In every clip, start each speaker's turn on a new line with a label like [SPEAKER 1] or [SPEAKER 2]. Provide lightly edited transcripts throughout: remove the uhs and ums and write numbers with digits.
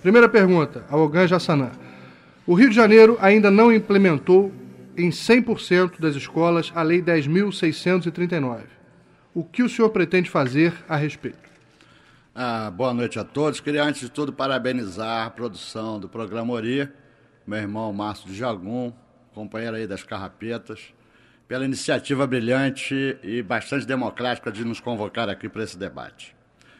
[SPEAKER 1] Primeira pergunta, ao Ogan Jassanã. O Rio de Janeiro ainda não implementou em 100% das escolas a Lei 10.639. O que o senhor pretende fazer a respeito?
[SPEAKER 2] Boa noite a todos. Queria, antes de tudo, parabenizar a produção do programa Ori, meu irmão Márcio de Jagum, companheiro aí das Carrapetas, pela iniciativa brilhante e bastante democrática de nos convocar aqui para esse debate.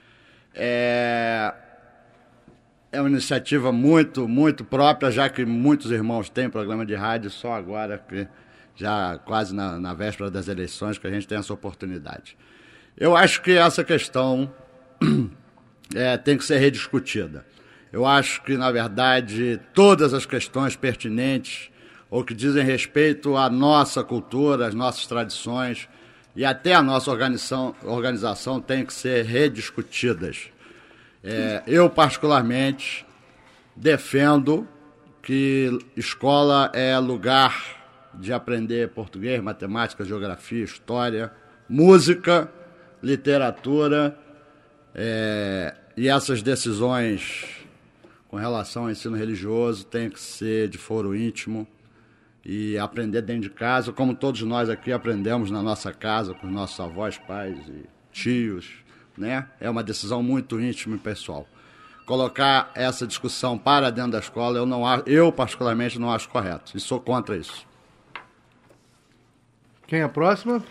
[SPEAKER 2] É uma iniciativa muito, muito própria, já que muitos irmãos têm programa de rádio, só agora, que já quase na véspera das eleições, que a gente tem essa oportunidade. Eu acho que essa questão tem que ser rediscutida. Eu acho que, na verdade, todas as questões pertinentes ou que dizem respeito à nossa cultura, às nossas tradições e até a nossa organização têm que ser rediscutidas. Eu, particularmente, defendo que escola é lugar de aprender português, matemática, geografia, história, música, literatura, e essas decisões com relação ao ensino religioso têm que ser de foro íntimo e aprender dentro de casa, como todos nós aqui aprendemos na nossa casa, com os nossos avós, pais e tios, né? É uma decisão muito íntima e pessoal. Colocar essa discussão para dentro da escola, eu particularmente não acho correto, e sou contra isso.
[SPEAKER 1] Quem é a próxima?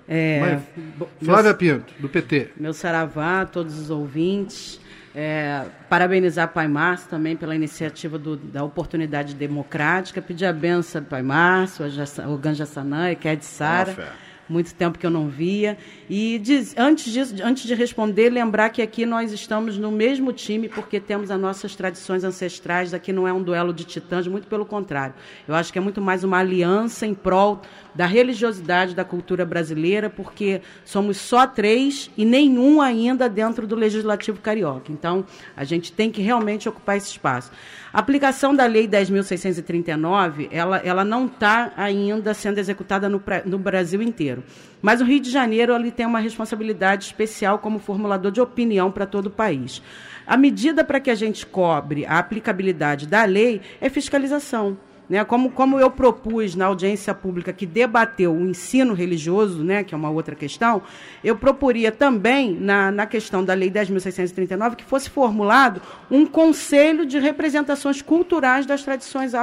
[SPEAKER 1] Flávia Pinto, do PT.
[SPEAKER 3] Meu saravá, todos os ouvintes. Parabenizar Pai Márcio também pela iniciativa da oportunidade democrática. Pedir a benção ao Pai Márcio, ao Ogan Jassanã e Ked Sara. Muito tempo que eu não via. E antes de responder, lembrar que aqui nós estamos no mesmo time, porque temos as nossas tradições ancestrais. Aqui não é um duelo de titãs, muito pelo contrário. Eu acho que é muito mais uma aliança em prol da religiosidade da cultura brasileira, porque somos só 3 e nenhum ainda dentro do Legislativo Carioca. Então, a gente tem que realmente ocupar esse espaço. A aplicação da Lei 10.639, ela não está ainda sendo executada no Brasil inteiro. Mas o Rio de Janeiro ele tem uma responsabilidade especial como formulador de opinião para todo o país. A medida para que a gente cobre a aplicabilidade da lei é fiscalização. Né, como eu propus na audiência pública que debateu o ensino religioso, né, que é uma outra questão, eu proporia também, na questão da Lei 10.639, que fosse formulado um conselho de representações culturais das tradições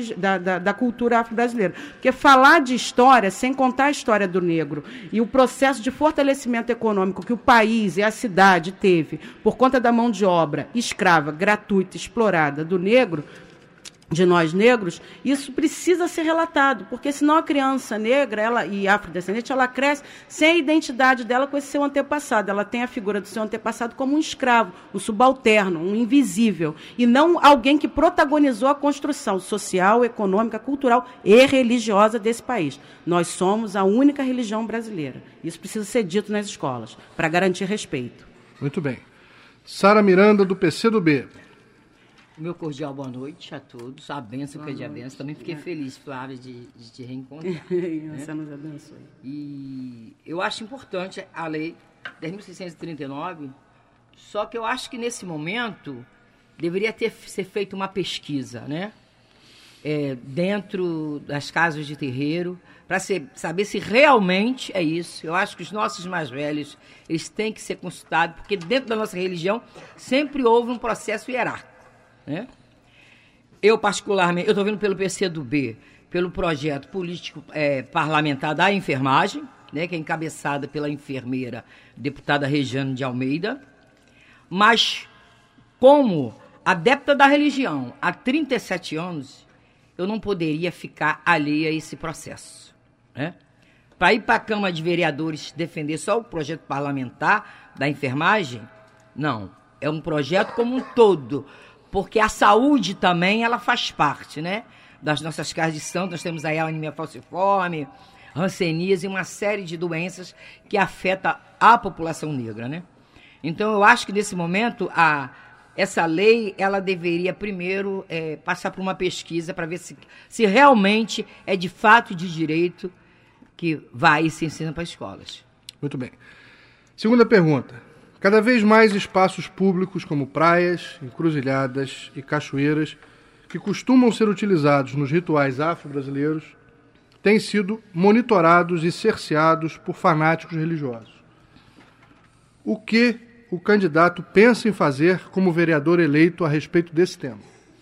[SPEAKER 3] da cultura afro-brasileira. Porque falar de história, sem contar a história do negro, e o processo de fortalecimento econômico que o país e a cidade teve por conta da mão de obra escrava, gratuita, explorada do negro, de nós negros, isso precisa ser relatado, porque senão a criança negra e afrodescendente, ela cresce sem a identidade dela com esse seu antepassado. Ela tem a figura do seu antepassado como um escravo, um subalterno, um invisível, e não alguém que protagonizou a construção social, econômica, cultural e religiosa desse país. Nós somos a única religião brasileira. Isso precisa ser dito nas escolas, para garantir respeito.
[SPEAKER 1] Muito bem. Sara Miranda, do PCdoB.
[SPEAKER 4] Meu cordial boa noite a todos. A bênção que é de a bênção. Também fiquei feliz, Flávia, de te reencontrar.
[SPEAKER 3] Você nos abençoe.
[SPEAKER 4] E eu acho importante a Lei 10.639, só que eu acho que nesse momento deveria ser feita uma pesquisa, né? Dentro das casas de terreiro, para saber se realmente é isso. Eu acho que os nossos mais velhos, eles têm que ser consultados, porque dentro da nossa religião sempre houve um processo hierárquico. Né? Eu, particularmente, eu estou vendo pelo PCdoB, pelo projeto político parlamentar da enfermagem, né, que é encabeçada pela enfermeira deputada Regiane de Almeida, mas como adepta da religião há 37 anos, eu não poderia ficar alheia a esse processo. Né? Para ir para a Câmara de Vereadores defender só o projeto parlamentar da enfermagem, não, é um projeto como um todo, porque a saúde também, ela faz parte, né, das nossas casas de santo. Nós temos aí a anemia falciforme, hanseníase e uma série de doenças que afetam a população negra, né? Então, eu acho que, nesse momento, essa lei, ela deveria, primeiro, passar por uma pesquisa para ver se realmente é de fato e de direito que vai e se ensina para as escolas.
[SPEAKER 1] Muito bem. Segunda pergunta. Cada vez mais espaços públicos como praias, encruzilhadas e cachoeiras, que costumam ser utilizados nos rituais afro-brasileiros, têm sido monitorados e cerceados por fanáticos religiosos. O que o candidato pensa em fazer como vereador eleito a respeito desse tema?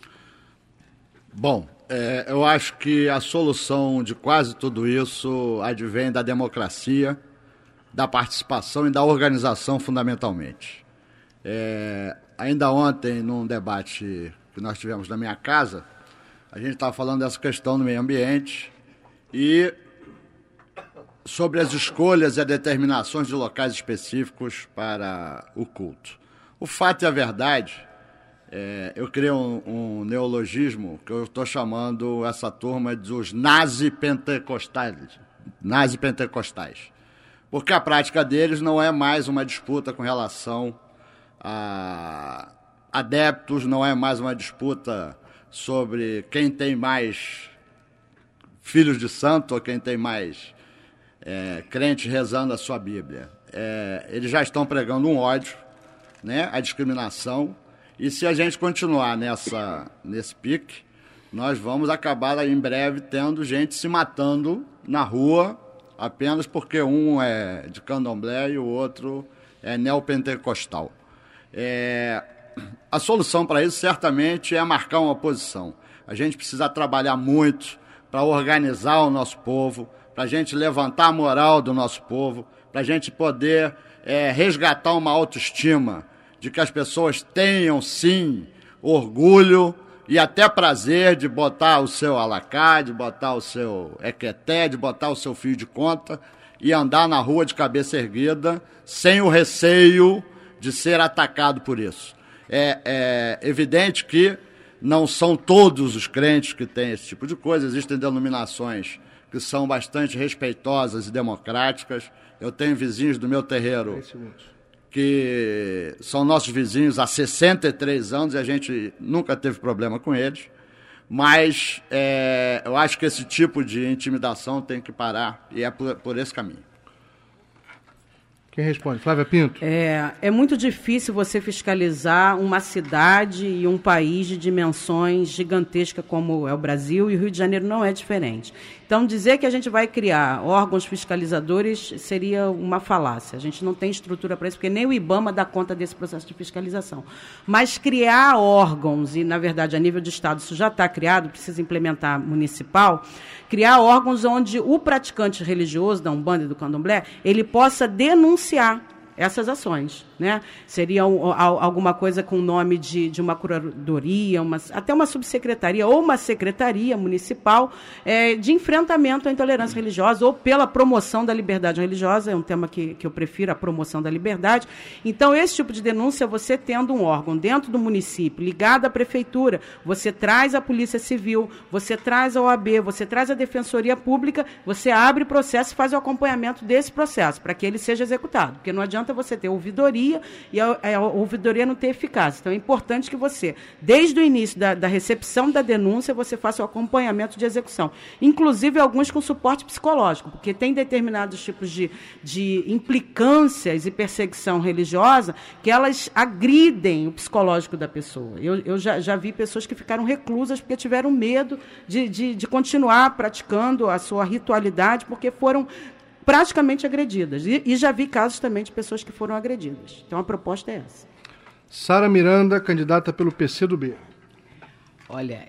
[SPEAKER 2] Bom, eu acho que a solução de quase tudo isso advém da democracia, da participação e da organização, fundamentalmente. Ainda ontem, num debate que nós tivemos na minha casa, a gente estava falando dessa questão do meio ambiente e sobre as escolhas e as determinações de locais específicos para o culto. O fato e a verdade, eu criei um neologismo que eu estou chamando essa turma dos nazi-pentecostais. Porque a prática deles não é mais uma disputa com relação a adeptos, não é mais uma disputa sobre quem tem mais filhos de santo ou quem tem mais crentes rezando a sua Bíblia. Eles já estão pregando um ódio, né, a discriminação, e se a gente continuar nesse pique, nós vamos acabar em breve tendo gente se matando na rua apenas porque um é de candomblé e o outro é neopentecostal. A solução para isso certamente é marcar uma posição. A gente precisa trabalhar muito para organizar o nosso povo, para a gente levantar a moral do nosso povo, para a gente poder resgatar uma autoestima de que as pessoas tenham, sim, orgulho e até prazer de botar o seu alacá, de botar o seu equeté, de botar o seu fio de conta e andar na rua de cabeça erguida sem o receio de ser atacado por isso. É evidente que não são todos os crentes que têm esse tipo de coisa, existem denominações que são bastante respeitosas e democráticas. Eu tenho vizinhos do meu terreiro que são nossos vizinhos há 63 anos e a gente nunca teve problema com eles, mas eu acho que esse tipo de intimidação tem que parar e é por esse caminho.
[SPEAKER 1] Quem responde? Flávia Pinto.
[SPEAKER 3] É muito difícil você fiscalizar uma cidade e um país de dimensões gigantescas como é o Brasil, e o Rio de Janeiro não é diferente. Então, dizer que a gente vai criar órgãos fiscalizadores seria uma falácia. A gente não tem estrutura para isso, porque nem o IBAMA dá conta desse processo de fiscalização. Mas criar órgãos, e, na verdade, a nível de Estado isso já está criado, precisa implementar municipal, criar órgãos onde o praticante religioso da Umbanda e do Candomblé, ele possa denunciar essas ações, né? Seria alguma coisa com o nome de uma curadoria, até uma subsecretaria ou uma secretaria municipal de enfrentamento à intolerância religiosa ou pela promoção da liberdade religiosa, é um tema que eu prefiro, a promoção da liberdade. Então, esse tipo de denúncia, você tendo um órgão dentro do município, ligado à prefeitura, você traz a Polícia Civil, você traz a OAB, você traz a Defensoria Pública, você abre processo e faz o acompanhamento desse processo, para que ele seja executado, porque não adianta você ter ouvidoria e a ouvidoria não ter eficácia. Então, é importante que você, desde o início da recepção da denúncia, você faça o acompanhamento de execução. Inclusive, alguns com suporte psicológico, porque tem determinados tipos de implicâncias e perseguição religiosa que elas agridem o psicológico da pessoa. Eu já vi pessoas que ficaram reclusas porque tiveram medo de continuar praticando a sua ritualidade, porque foram praticamente agredidas. E já vi casos também de pessoas que foram agredidas. Então, a proposta é essa.
[SPEAKER 1] Sara Miranda, candidata pelo PCdoB.
[SPEAKER 4] Olha,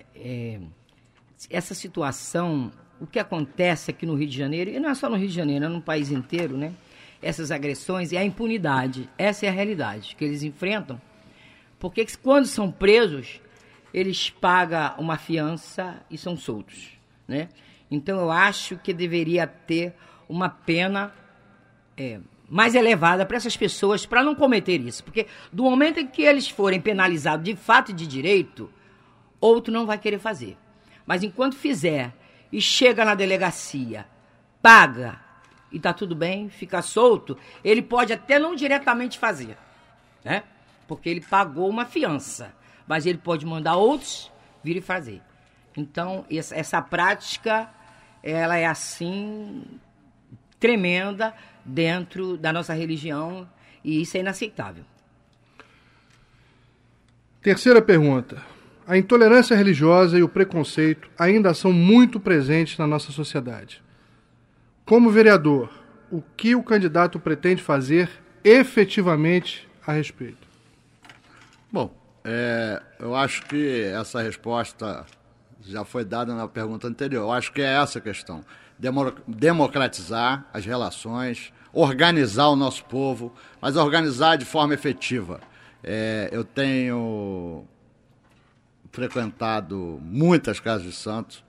[SPEAKER 4] essa situação, o que acontece aqui no Rio de Janeiro, e não é só no Rio de Janeiro, é no país inteiro, né? Essas agressões e a impunidade. Essa é a realidade que eles enfrentam. Porque quando são presos, eles pagam uma fiança e são soltos, né? Então, eu acho que deveria ter uma pena mais elevada para essas pessoas, para não cometer isso. Porque do momento em que eles forem penalizados de fato e de direito, outro não vai querer fazer. Mas enquanto fizer e chega na delegacia, paga e está tudo bem, fica solto, ele pode até não diretamente fazer, né? Porque ele pagou uma fiança, mas ele pode mandar outros vir e fazer. Então, essa prática, ela é assim tremenda dentro da nossa religião E isso é inaceitável.
[SPEAKER 1] Terceira pergunta. A intolerância religiosa e o preconceito ainda são muito presentes na nossa sociedade. Como vereador, o que o candidato pretende fazer efetivamente a respeito?
[SPEAKER 2] Bom, eu acho que essa resposta já foi dada na pergunta anterior. Eu acho que é essa a questão. Democratizar as relações, organizar o nosso povo, mas organizar de forma efetiva. Eu tenho frequentado muitas casas de santos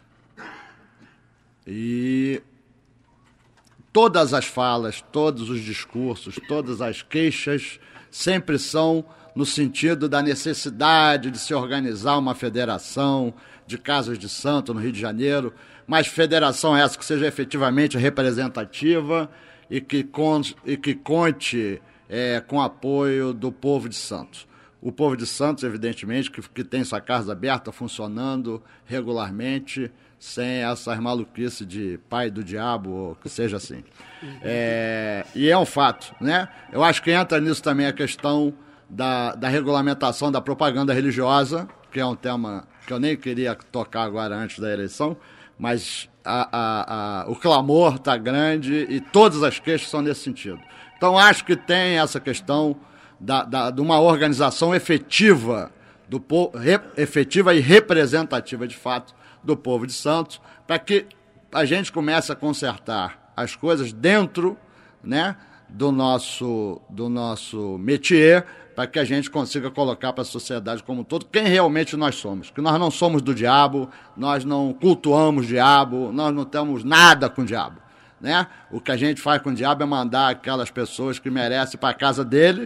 [SPEAKER 2] e todas as falas, todos os discursos, todas as queixas sempre são no sentido da necessidade de se organizar uma federação de casas de santo no Rio de Janeiro, mas federação essa que seja efetivamente representativa e que conte com apoio do povo de Santos. O povo de Santos, evidentemente, que tem sua casa aberta, funcionando regularmente, sem essas maluquices de pai do diabo, ou que seja assim. E é um fato, né? Eu acho que entra nisso também a questão da regulamentação da propaganda religiosa, que é um tema que eu nem queria tocar agora antes da eleição, mas o clamor está grande e todas as queixas são nesse sentido. Então, acho que tem essa questão de uma organização efetiva, efetiva e representativa, de fato, do povo de Santos, para que a gente comece a consertar as coisas dentro, né, do nosso métier, para que a gente consiga colocar para a sociedade como um todo quem realmente nós somos. Que nós não somos do diabo, nós não cultuamos o diabo, nós não temos nada com o diabo, né? O que a gente faz com o diabo é mandar aquelas pessoas que merecem para a casa dele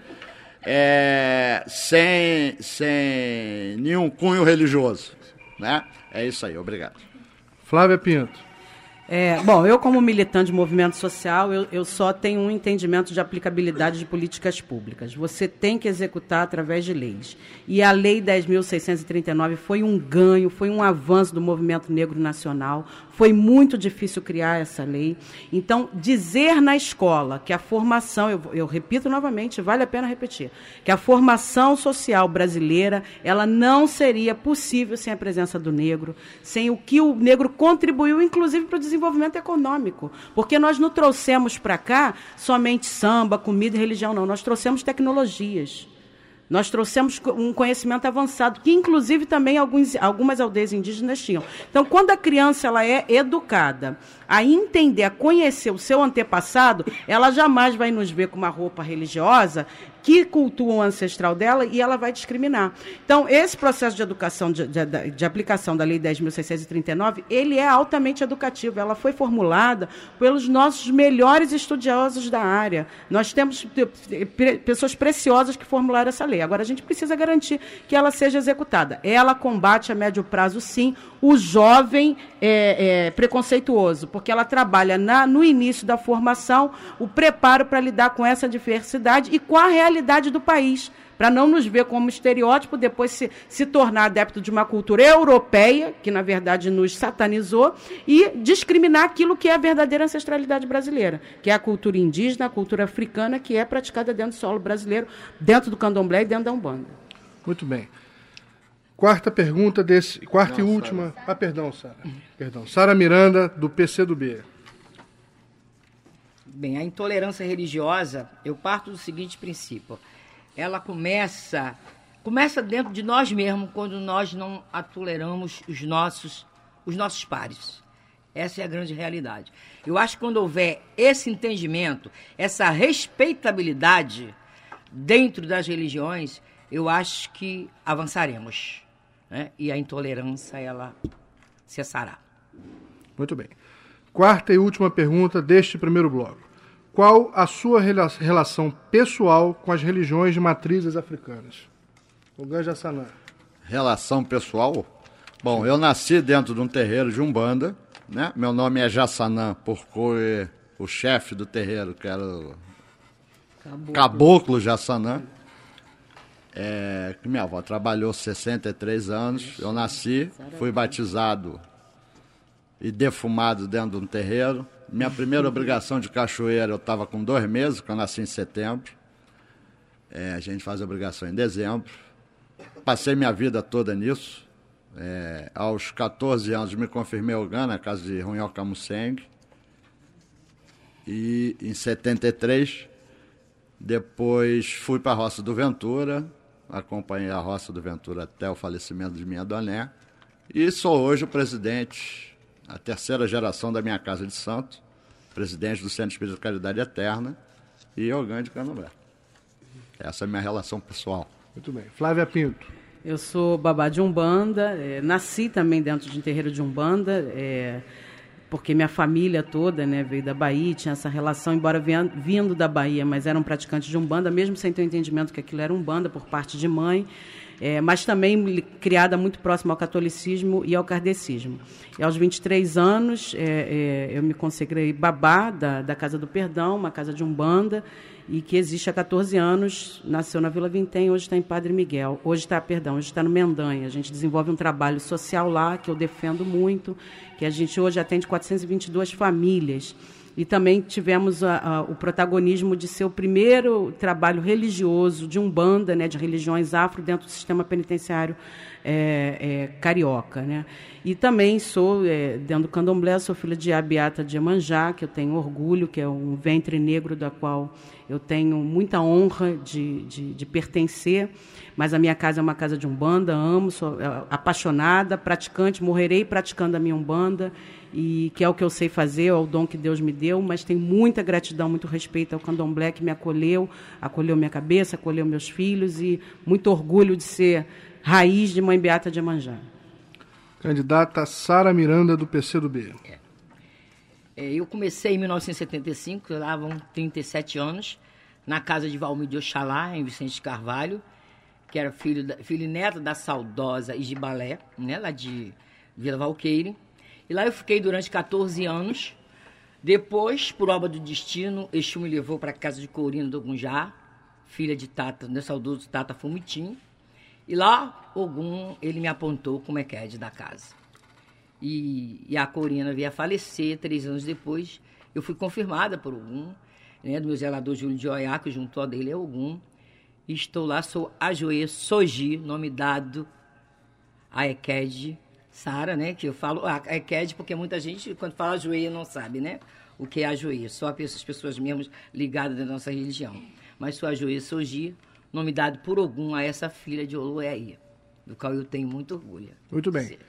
[SPEAKER 2] sem nenhum cunho religioso, né? É isso aí, obrigado.
[SPEAKER 1] Flávia Pinto.
[SPEAKER 3] Bom, eu como militante de movimento social, eu só tenho um entendimento de aplicabilidade de políticas públicas. Você tem que executar através de leis. E a Lei 10.639 foi um ganho, foi um avanço do movimento negro nacional. Foi muito difícil criar essa lei. Então, dizer na escola que a formação, eu repito novamente, vale a pena repetir, que a formação social brasileira, ela não seria possível sem a presença do negro, sem o que o negro contribuiu, inclusive, para o desenvolvimento econômico. Porque nós não trouxemos para cá somente samba, comida e religião, não. Nós trouxemos tecnologias. Nós trouxemos um conhecimento avançado, que inclusive também algumas aldeias indígenas tinham. Então, quando a criança ela é educada a entender, a conhecer o seu antepassado, ela jamais vai nos ver com uma roupa religiosa que cultua o ancestral dela e ela vai discriminar. Então, esse processo de educação, de aplicação da Lei 10.639, ele é altamente educativo. Ela foi formulada pelos nossos melhores estudiosos da área. Nós temos pessoas preciosas que formularam essa lei. Agora, a gente precisa garantir que ela seja executada. Ela combate a médio prazo, sim, o jovem preconceituoso, porque ela trabalha no início da formação o preparo para lidar com essa diversidade e com a realidade do país, para não nos ver como estereótipo, depois se tornar adepto de uma cultura europeia, que na verdade nos satanizou, e discriminar aquilo que é a verdadeira ancestralidade brasileira, que é a cultura indígena, a cultura africana, que é praticada dentro do solo brasileiro, dentro do candomblé e dentro da Umbanda.
[SPEAKER 1] Muito bem. Quarta pergunta e última. Perdão, Sara. Sara Miranda, do PCdoB.
[SPEAKER 4] Bem, a intolerância religiosa, eu parto do seguinte princípio. Ela começa dentro de nós mesmos, quando nós não toleramos os nossos pares. Essa é a grande realidade. Eu acho que quando houver esse entendimento, essa respeitabilidade dentro das religiões, eu acho que avançaremos, né? E a intolerância, ela cessará.
[SPEAKER 1] Muito bem. Quarta e última pergunta deste primeiro bloco. Qual a sua relação pessoal com as religiões de matrizes africanas? O Ganja Sanã.
[SPEAKER 2] Relação pessoal? Bom, eu nasci dentro de um terreiro de Umbanda, né? Meu nome é Jassanã, porque o chefe do terreiro, que era o Caboclo Jassanã, que minha avó trabalhou 63 anos, eu nasci, fui batizado e defumado dentro de um terreiro. Minha primeira obrigação de cachoeira eu estava com 2 meses, que eu nasci em setembro, A gente faz a obrigação em dezembro. Passei minha vida toda nisso. Aos 14 anos me confirmei Ogã, na casa de Runhol Camusseng. E em 73, depois fui para a Roça do Ventura, acompanhei a Roça do Ventura até o falecimento de minha doné. E sou hoje o presidente, a terceira geração da minha casa de santo, presidente do Centro Espírita de Caridade Eterna e Ogã de Candomblé. Essa é a minha relação pessoal.
[SPEAKER 1] Muito bem. Flávia Pinto.
[SPEAKER 3] Eu sou babá de Umbanda, nasci também dentro de um terreiro de Umbanda, porque minha família toda, né, veio da Bahia, tinha essa relação, embora vindo da Bahia, mas eram praticantes de Umbanda, mesmo sem ter o entendimento que aquilo era Umbanda por parte de mãe, mas também criada muito próxima ao catolicismo e ao kardecismo. E aos 23 anos, eu me consagrei babá da Casa do Perdão, uma casa de Umbanda, e que existe há 14 anos, nasceu na Vila Vintém, hoje está em Padre Miguel, hoje está no Mendanha. A gente desenvolve um trabalho social lá, que eu defendo muito, que a gente hoje atende 422 famílias. E também tivemos o protagonismo de ser o primeiro trabalho religioso de Umbanda, né, de religiões afro, dentro do sistema penitenciário carioca. Né? E também sou, dentro do Candomblé, sou filha de Abiata de Iemanjá, que eu tenho orgulho, que é um ventre negro da qual eu tenho muita honra de pertencer, mas a minha casa é uma casa de Umbanda, amo, sou apaixonada, praticante, morrerei praticando a minha Umbanda, e que é o que eu sei fazer, é o dom que Deus me deu, mas tenho muita gratidão, muito respeito ao Candomblé, que me acolheu minha cabeça, acolheu meus filhos, e muito orgulho de ser raiz de Mãe Beata de Iemanjá.
[SPEAKER 1] Candidata Sara Miranda, do PCdoB.
[SPEAKER 4] Eu comecei em 1975, lá vão 37 anos, na casa de Valmir de Oxalá, em Vicente de Carvalho, que era filho e neto da saudosa Igibalé, né, lá de Vila Valqueire. E lá eu fiquei durante 14 anos. Depois, por obra do destino, Exu me levou para a casa de Corina do Gunjá, filha de Tata, do saudoso Tata Fumitim. E lá, Ogum, ele me apontou como Equede da casa. E a Corina veio a falecer 3 anos depois. Eu fui confirmada por Ogum, né, do meu zelador Júlio de Oiá, que junto ao dele é Ogum. E estou lá, sou Ajoê Soji, nome dado a Equede Sara, né, que eu falo Equede porque muita gente, quando fala Ajoê, não sabe, né, o que é Ajoê. Só as pessoas mesmo ligadas da nossa religião. Mas sou Ajoê Soji, nome dado por Ogum a essa filha de Oloeaí, do qual eu tenho muito orgulho.
[SPEAKER 1] Muito bem.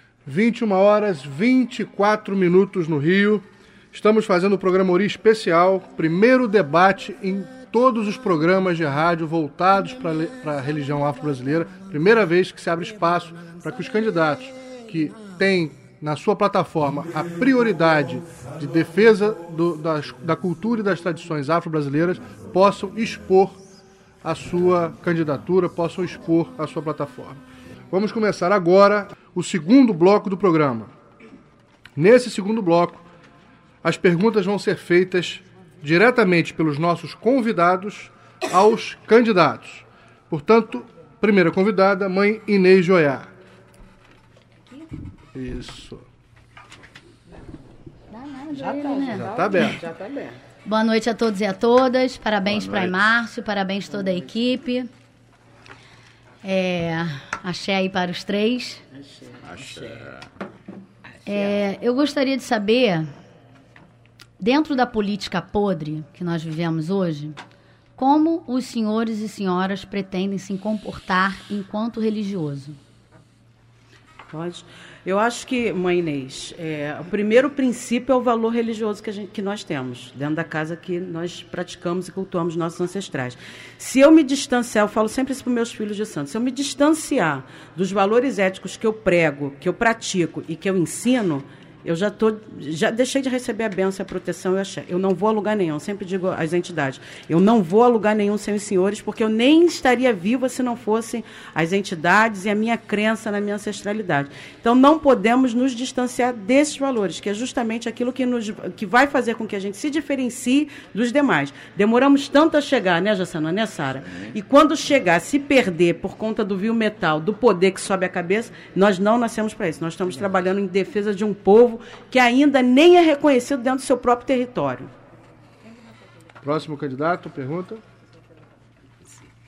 [SPEAKER 1] 21h24 no Rio. Estamos fazendo o programa Ori especial, primeiro debate em todos os programas de rádio voltados para a religião afro-brasileira. Primeira vez que se abre espaço para que os candidatos que têm na sua plataforma a prioridade de defesa da cultura e das tradições afro-brasileiras possam expor a sua candidatura, possam expor a sua plataforma. Vamos começar agora o segundo bloco do programa. Nesse segundo bloco, as perguntas vão ser feitas diretamente pelos nossos convidados aos candidatos. Portanto, primeira convidada, Mãe Inês Joiá. Isso.
[SPEAKER 5] Já está
[SPEAKER 1] aberto.
[SPEAKER 5] Boa noite a todos e a todas. Parabéns para Márcio, parabéns toda a equipe. Axé aí para os três.
[SPEAKER 2] Axé.
[SPEAKER 5] Eu gostaria de saber, dentro da política podre que nós vivemos hoje, como os senhores e senhoras pretendem se comportar enquanto religioso?
[SPEAKER 3] Pode. Eu acho que, Mãe Inês, o primeiro princípio é o valor religioso que nós temos, dentro da casa que nós praticamos e cultuamos nossos ancestrais. Se eu me distanciar, eu falo sempre isso para os meus filhos de santo, se eu me distanciar dos valores éticos que eu prego, que eu pratico e que eu ensino, eu já deixei de receber a bênção e a proteção. Eu não vou a lugar nenhum, eu sempre digo às entidades, eu não vou a lugar nenhum sem os senhores, porque eu nem estaria viva se não fossem as entidades e a minha crença na minha ancestralidade. Então não podemos nos distanciar desses valores, que é justamente aquilo que vai fazer com que a gente se diferencie dos demais. Demoramos tanto a chegar, né, Jassana, né, Sara? E quando chegar, se perder por conta do vil metal, do poder que sobe a cabeça, nós não nascemos para isso. Nós estamos trabalhando em defesa de um povo que ainda nem é reconhecido dentro do seu próprio território.
[SPEAKER 1] Próximo candidato, pergunta.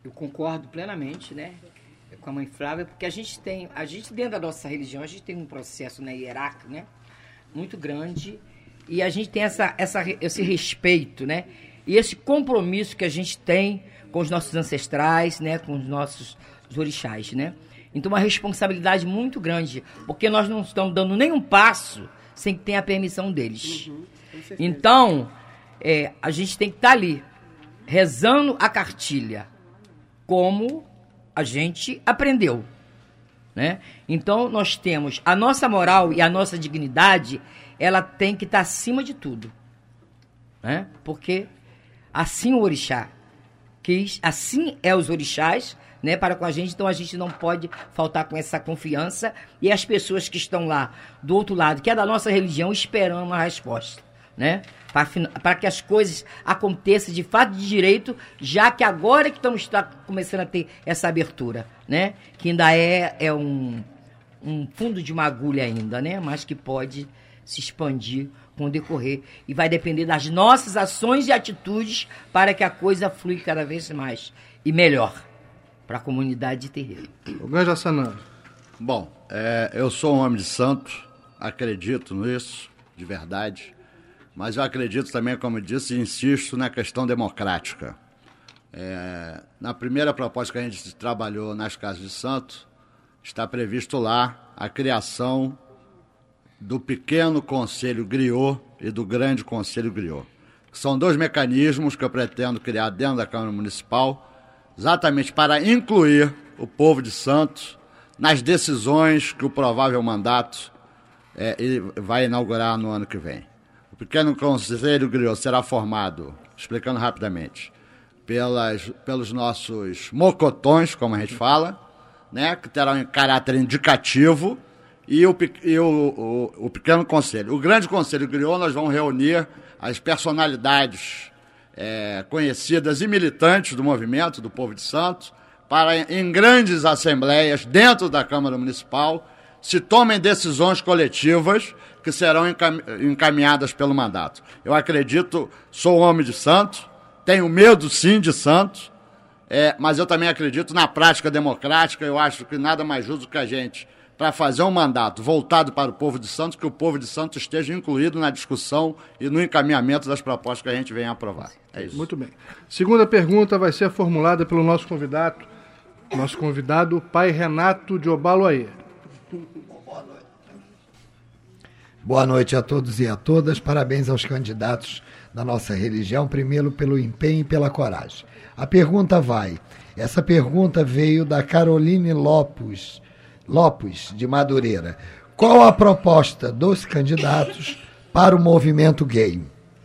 [SPEAKER 4] Eu concordo plenamente, né, com a mãe Flávia, porque a gente dentro da nossa religião, a gente tem um processo, né, hierárquico, né, muito grande, e a gente tem esse respeito, né, e esse compromisso que a gente tem com os nossos ancestrais, né, com os nossos orixás, né. Então, uma responsabilidade muito grande, porque nós não estamos dando nenhum passo sem que tenha a permissão deles. Então, a gente tem que estar ali, rezando a cartilha, como a gente aprendeu, né? Então, nós temos a nossa moral e a nossa dignidade, ela tem que estar acima de tudo, né? Porque assim o orixá quis, assim é os orixás, né, para com a gente, então a gente não pode faltar com essa confiança, e as pessoas que estão lá do outro lado, que é da nossa religião, esperando uma resposta, né, para que as coisas aconteçam de fato de direito, já que agora que estamos começando a ter essa abertura, né, que ainda é um fundo de uma agulha ainda, né, mas que pode se expandir com o decorrer, e vai depender das nossas ações e atitudes para que a coisa flui cada vez mais e melhor para a comunidade de terreiro.
[SPEAKER 1] Ogã Jassanã.
[SPEAKER 2] Bom, eu sou um homem de santo, acredito nisso, de verdade, mas eu acredito também, como eu disse, e insisto na questão democrática. Na primeira proposta que a gente trabalhou nas Casas de Santo, está previsto lá a criação do pequeno Conselho Griot e do grande Conselho Griot. São dois mecanismos que eu pretendo criar dentro da Câmara Municipal, exatamente para incluir o povo de Santos nas decisões que o provável mandato vai inaugurar no ano que vem. O pequeno Conselho Griot será formado, explicando rapidamente, pelos nossos mocotões, como a gente fala, né, que terão um caráter indicativo, e o pequeno conselho. O grande Conselho Griot, nós vamos reunir as personalidades conhecidas e militantes do movimento do povo de Santos, para em grandes assembleias dentro da Câmara Municipal se tomem decisões coletivas que serão encaminhadas pelo mandato. Eu acredito, sou homem de Santos, tenho medo sim de Santos, mas eu também acredito na prática democrática. Eu acho que nada mais justo que a gente, para fazer um mandato voltado para o povo de Santos, que o povo de Santos esteja incluído na discussão e no encaminhamento das propostas que a gente venha aprovar. É isso.
[SPEAKER 1] Muito bem. Segunda pergunta vai ser formulada pelo nosso convidado, pai Renato de Obaloaê.
[SPEAKER 6] Boa noite a todos e a todas. Parabéns aos candidatos da nossa religião, primeiro pelo empenho e pela coragem. A pergunta essa pergunta veio da Caroline Lopes, de Madureira. Qual a proposta dos candidatos para o movimento gay?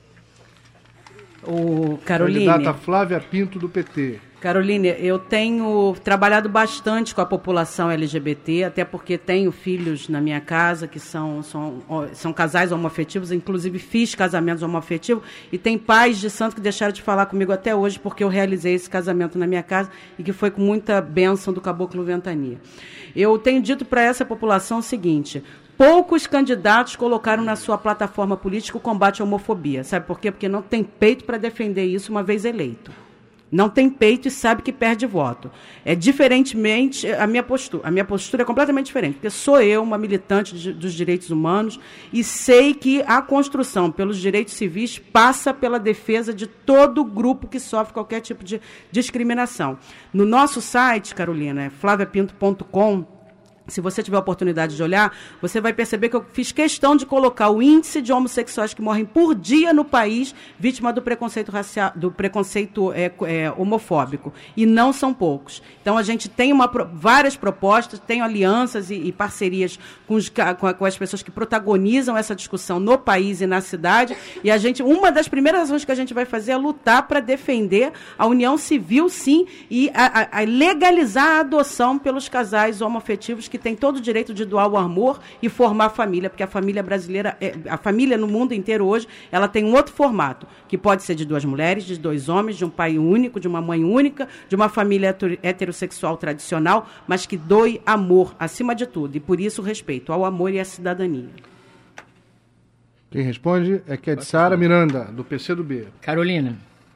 [SPEAKER 3] Caroline.
[SPEAKER 1] Candidata Flávia Pinto, do PT.
[SPEAKER 3] Caroline, eu tenho trabalhado bastante com a população LGBT, até porque tenho filhos na minha casa que são casais homoafetivos, inclusive fiz casamentos homoafetivos, e tem pais de santo que deixaram de falar comigo até hoje porque eu realizei esse casamento na minha casa e que foi com muita bênção do Caboclo Ventania. Eu tenho dito para essa população o seguinte: poucos candidatos colocaram na sua plataforma política o combate à homofobia. Sabe por quê? Porque não tem peito para defender isso uma vez eleito. Não tem peito e sabe que perde voto. Diferentemente, a minha postura é completamente diferente, porque sou eu uma militante dos direitos humanos e sei que a construção pelos direitos civis passa pela defesa de todo grupo que sofre qualquer tipo de discriminação. No nosso site, Carolina, flaviapinto.com, se você tiver a oportunidade de olhar, você vai perceber que eu fiz questão de colocar o índice de homossexuais que morrem por dia no país vítima do preconceito racial, do preconceito homofóbico. E não são poucos. Então, a gente tem várias propostas, tem alianças e parcerias com as pessoas que protagonizam essa discussão no país e na cidade. E uma das primeiras ações que a gente vai fazer é lutar para defender a união civil, sim, e a legalizar a adoção pelos casais homoafetivos que têm todo o direito de doar o amor e formar família, porque a família brasileira, a família no mundo inteiro hoje, ela tem um outro formato, que pode ser de duas mulheres, de dois homens, de um pai único, de uma mãe única, de uma família heterossexual tradicional, mas que doe amor, acima de tudo, e por isso respeito ao amor e à cidadania.
[SPEAKER 1] Quem responde é Kedissara Miranda, do PCdoB.
[SPEAKER 4] Carolina,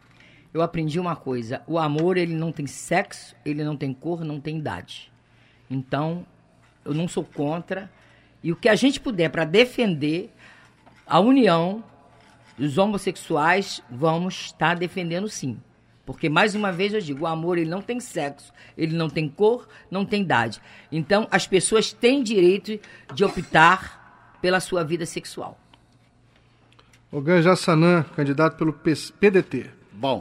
[SPEAKER 4] eu aprendi uma coisa: o amor, ele não tem sexo, ele não tem cor, não tem idade. Então, eu não sou contra. E o que a gente puder para defender a união dos homossexuais, vamos estar defendendo sim. Porque, mais uma vez, eu digo, o amor, ele não tem sexo, ele não tem cor, não tem idade. Então, as pessoas têm direito de optar pela sua vida sexual.
[SPEAKER 1] Ogan Jassanã, candidato pelo PDT.
[SPEAKER 2] Bom,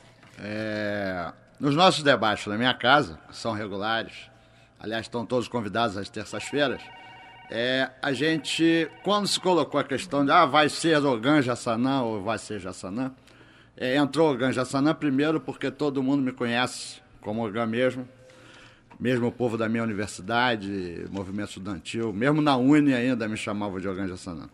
[SPEAKER 2] nos nossos debates na minha casa, que são regulares, aliás, estão todos convidados às terças-feiras, a gente, quando se colocou a questão de vai ser Ogan Jassanã ou vai ser Jassanã, entrou Ogan Jassanã primeiro porque todo mundo me conhece como Ogan mesmo o povo da minha universidade, movimento estudantil, mesmo na Uni ainda me chamava de Ogan Jassanã.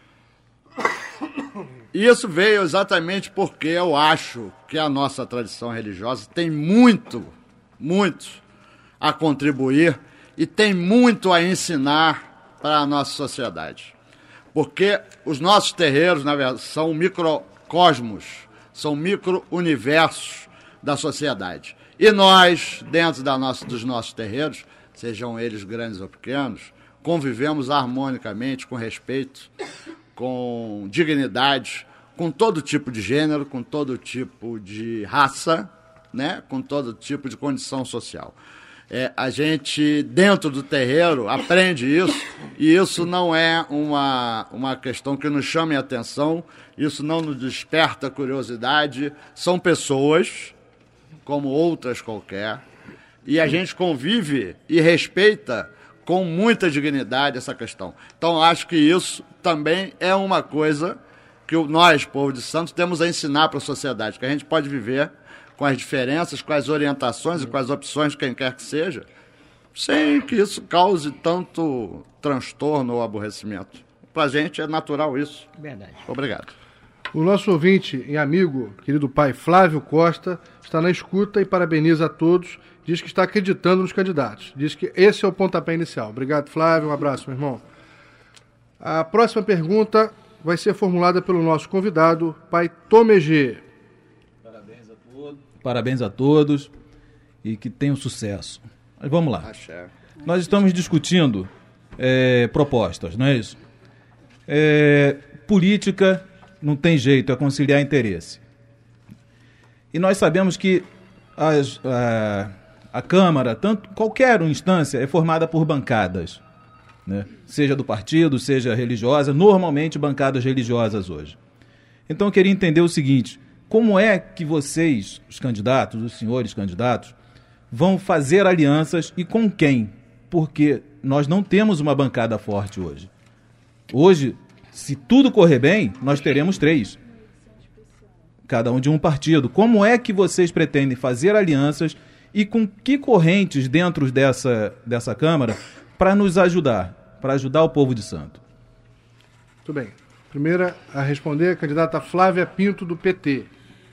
[SPEAKER 2] E isso veio exatamente porque eu acho que a nossa tradição religiosa tem muito a contribuir e tem muito a ensinar para a nossa sociedade. Porque os nossos terreiros, na verdade, são microcosmos, são micro-universos da sociedade. E nós, dentro dos nossos terreiros, sejam eles grandes ou pequenos, convivemos harmonicamente, com respeito, com dignidade, com todo tipo de gênero, com todo tipo de raça, né? Com todo tipo de condição social. A gente, dentro do terreiro, aprende isso, e isso não é uma questão que nos chame a atenção, isso não nos desperta curiosidade, são pessoas, como outras qualquer, e a gente convive e respeita com muita dignidade essa questão. Então, acho que isso também é uma coisa que nós, povo de Santos, temos a ensinar para a sociedade, que a gente pode viver com as diferenças, com as orientações e com as opções de quem quer que seja, sem que isso cause tanto transtorno ou aborrecimento. Para a gente é natural isso.
[SPEAKER 4] Verdade.
[SPEAKER 2] Obrigado.
[SPEAKER 1] O nosso ouvinte e amigo, querido pai Flávio Costa, está na escuta e parabeniza a todos. Diz que está acreditando nos candidatos. Diz que esse é o pontapé inicial. Obrigado, Flávio. Um abraço, meu irmão. A próxima pergunta vai ser formulada pelo nosso convidado, pai Tomegê.
[SPEAKER 7] Parabéns a todos e que tenham sucesso. Mas vamos lá. Nós estamos discutindo propostas, não é isso? Política não tem jeito, é conciliar interesse. E nós sabemos que a Câmara, qualquer instância, é formada por bancadas, né? Seja do partido, seja religiosa, normalmente bancadas religiosas hoje. Então eu queria entender o seguinte: como é que vocês, os candidatos, os senhores candidatos, vão fazer alianças e com quem? Porque nós não temos uma bancada forte hoje. Hoje, se tudo correr bem, nós teremos 3. Cada um de um partido. Como é que vocês pretendem fazer alianças e com que correntes dentro dessa Câmara para nos ajudar, para ajudar o povo de Santo?
[SPEAKER 1] Muito bem. Primeira a responder a candidata Flávia Pinto, do PT.